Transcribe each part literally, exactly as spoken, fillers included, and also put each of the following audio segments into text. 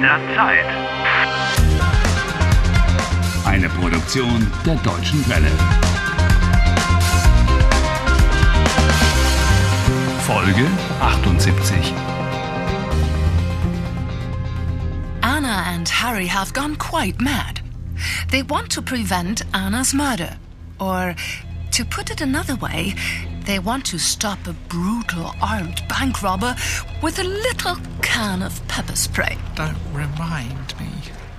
der Zeit. Eine Produktion der Deutschen Welle. Folge achtundsiebzig. Anna and Harry have gone quite mad. They want to prevent Anna's murder. Or, to put it another way, they want to stop a brutal armed bank robber with a little can of pepper spray. Don't remind me.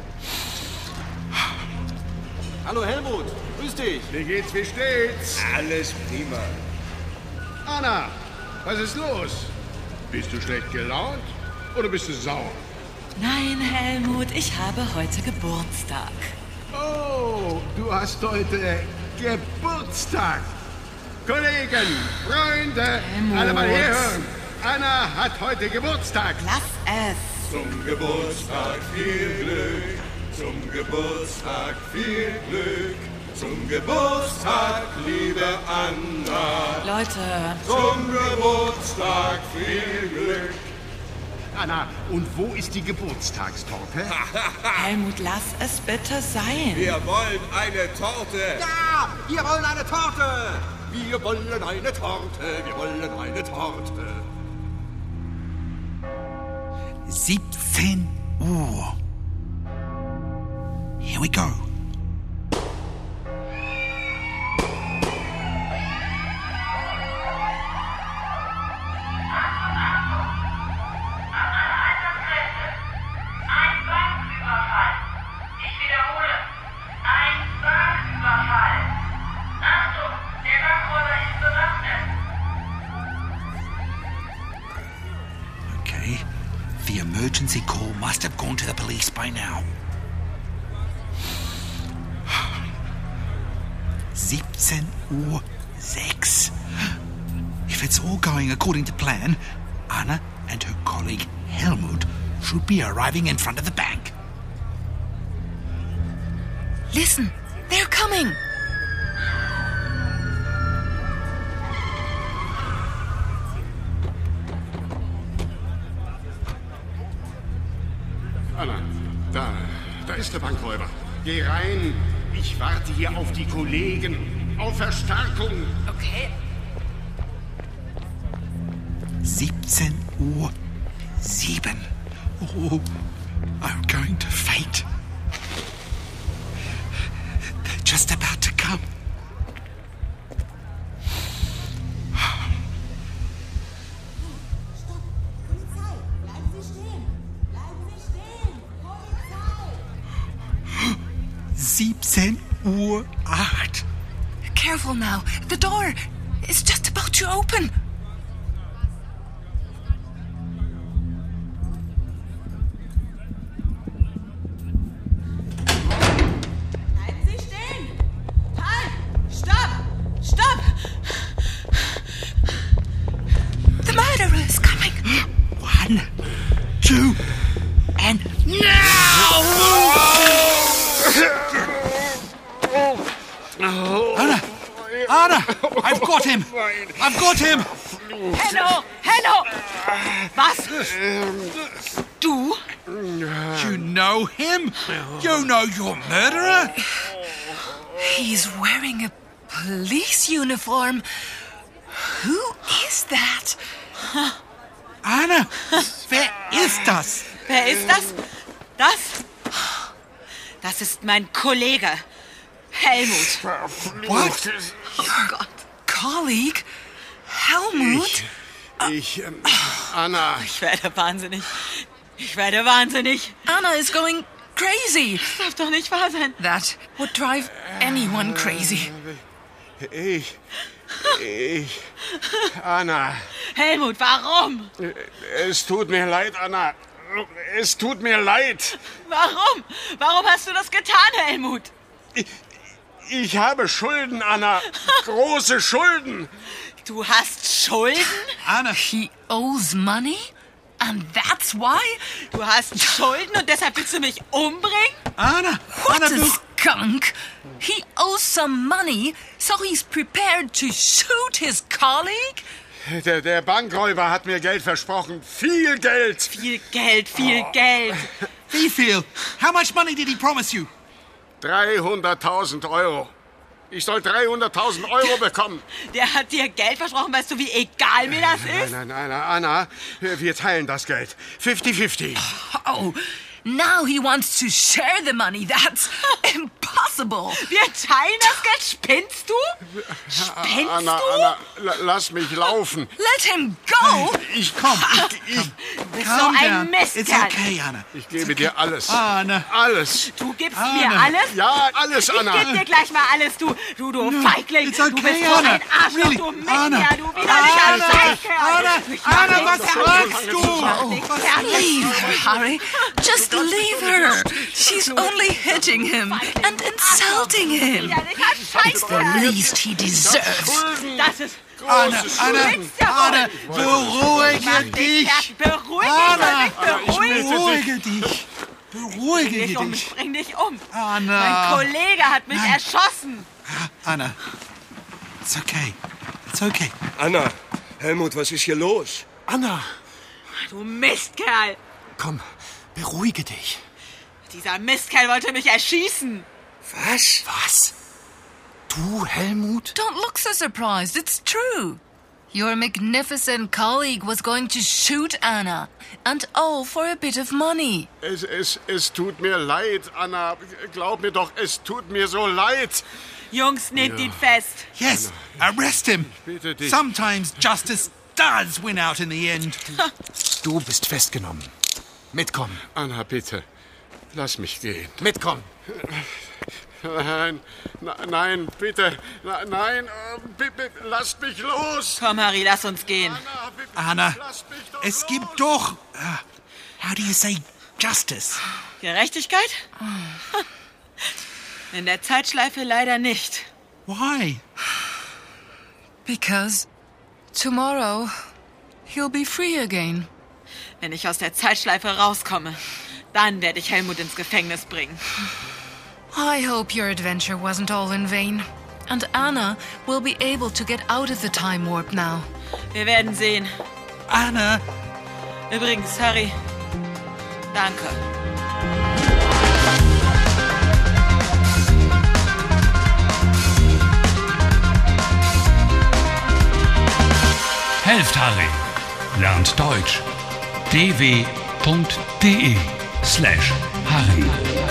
Hallo Helmut, grüß dich. Wie geht's, wie steht's? Alles prima. Anna, was ist los? Bist du schlecht gelaunt oder bist du sauer? Nein, Helmut, ich habe heute Geburtstag. Oh, du hast heute Geburtstag. Kollegen, Freunde, Helmut. alle mal herhören. Anna hat heute Geburtstag. Lass es. Zum Geburtstag viel Glück, zum Geburtstag viel Glück, zum Geburtstag, liebe Anna. Leute. Zum Geburtstag viel Glück. Anna, und wo ist die Geburtstagstorte? Helmut, lass es bitte sein. Wir wollen eine Torte. Ja, wir wollen eine Torte. Wir wollen eine Torte, wir wollen eine Torte. siebzehn Uhr. Here we go. The emergency call must have gone to the police by now. siebzehn Uhr sechs. If it's all going according to plan, Anna and her colleague Helmut should be arriving in front of the bank. Listen, they're coming. Anna, da, da ist der Bankräuber. Geh rein. Ich warte hier auf die Kollegen. Auf Verstärkung. Okay. siebzehn Uhr sieben. Oh, I'm going to faint. They're just about to come. siebzehn Uhr acht. Careful now. The door is just about to open. Bleiben Sie stehen. Halt! Stopp! Stopp! The murderer is coming. One, two, and now! Anna! Anna! I've got him! I've got him! Hello! Hello! Was? Du? You know him? You know your murderer? He's wearing a police uniform. Who is that? Anna! Wer ist das? Wer ist das? Das? Das ist mein Kollege. Helmut. What? Oh Gott. Colleague? Helmut? Ich, ähm, Anna. Ich werde wahnsinnig. Ich werde wahnsinnig. Anna is going crazy. Das darf doch nicht wahr sein. That would drive anyone crazy. Ich, ich, Anna. Helmut, warum? Es tut mir leid, Anna. Es tut mir leid. Warum? Warum hast du das getan, Helmut? Ich, ich habe Schulden, Anna. Große Schulden. Du hast Schulden? Anna! He owes money? And that's why? Du hast Schulden und deshalb willst du mich umbringen? Anna! What Anna, a du... skunk! He owes some money, so he's prepared to shoot his colleague? Der, der Bankräuber hat mir Geld versprochen. Viel Geld. Viel Geld, viel Geld. Wie viel? How much money did he promise you? dreihunderttausend Euro. Ich soll dreihunderttausend Euro bekommen. Der hat dir Geld versprochen, weißt du, wie egal mir das ist? Nein, nein, nein, Anna, wir teilen das Geld. fifty fifty. Oh, now he wants to share the money. That's impossible. Wir teilen das Geld? Spinnst du? Spinnst Anna, du? Anna, la- lass mich laufen. Let him go. Ich komm. Ich, ich, Du bist calm so ein down. It's Mistkerl. okay, Anna. Ich gebe dir alles. Anna. Alles. Du gibst Anna. mir alles? Ja, alles, Ich Anna. geb dir gleich mal alles, du, du, du Feigling. It's okay, du bist so Anna. ein Arschloch, Really? du Anna. Mistkerl, du widerlicher Anna. Scheißkerl. Anna, Ich mach Anna, dich was fertig. machst Ich du? mach dich fertig. Leave her, Harry. Just leave her. She's only hitting him and insulting him. Widerlicher It's the Scheißkerl. least he deserves. Das ist... Anna, Große Anna, Schulden. Anna, Mach beruhige dich dich. fertig. Beruhige Anna. dich, beruhige dich. Beruhige dich. Beruhige Bring dich um, dich. bring dich um. Anna. Mein Kollege hat mich Nein. erschossen. Anna, it's okay. It's okay. Anna, Helmut, was ist hier los? Anna, Du Mistkerl. komm, beruhige dich. Dieser Mistkerl wollte mich erschießen. Was? Was? Du, Helmut? Don't look so surprised. It's true. Your magnificent colleague was going to shoot Anna, and all for a bit of money. Es, es, es tut mir leid, Anna. Glaub mir doch, es tut mir so leid. Jungs, nehmt ihn fest. Yes, arrest him. bitte dich. Sometimes justice does win out in the end. Du bist festgenommen. Mitkommen, Anna, bitte. Lass mich gehen. mitkommen. Nein, na, nein, bitte. Na, nein, äh, bitte, lasst mich los. Komm, Harry, lass uns gehen. Anna, bitte, Anna, lasst mich doch es los. gibt doch... Uh, how do you say justice? Gerechtigkeit? In der Zeitschleife leider nicht. Why? Because tomorrow he'll be free again. Wenn ich aus der Zeitschleife rauskomme, dann werde ich Helmut ins Gefängnis bringen. I hope your adventure wasn't all in vain. And Anna will be able to get out of the time warp now. Wir werden sehen. Anna, Übrigens, Harry, danke. Helft Harry. Lernt Deutsch. dw.de slash Harry.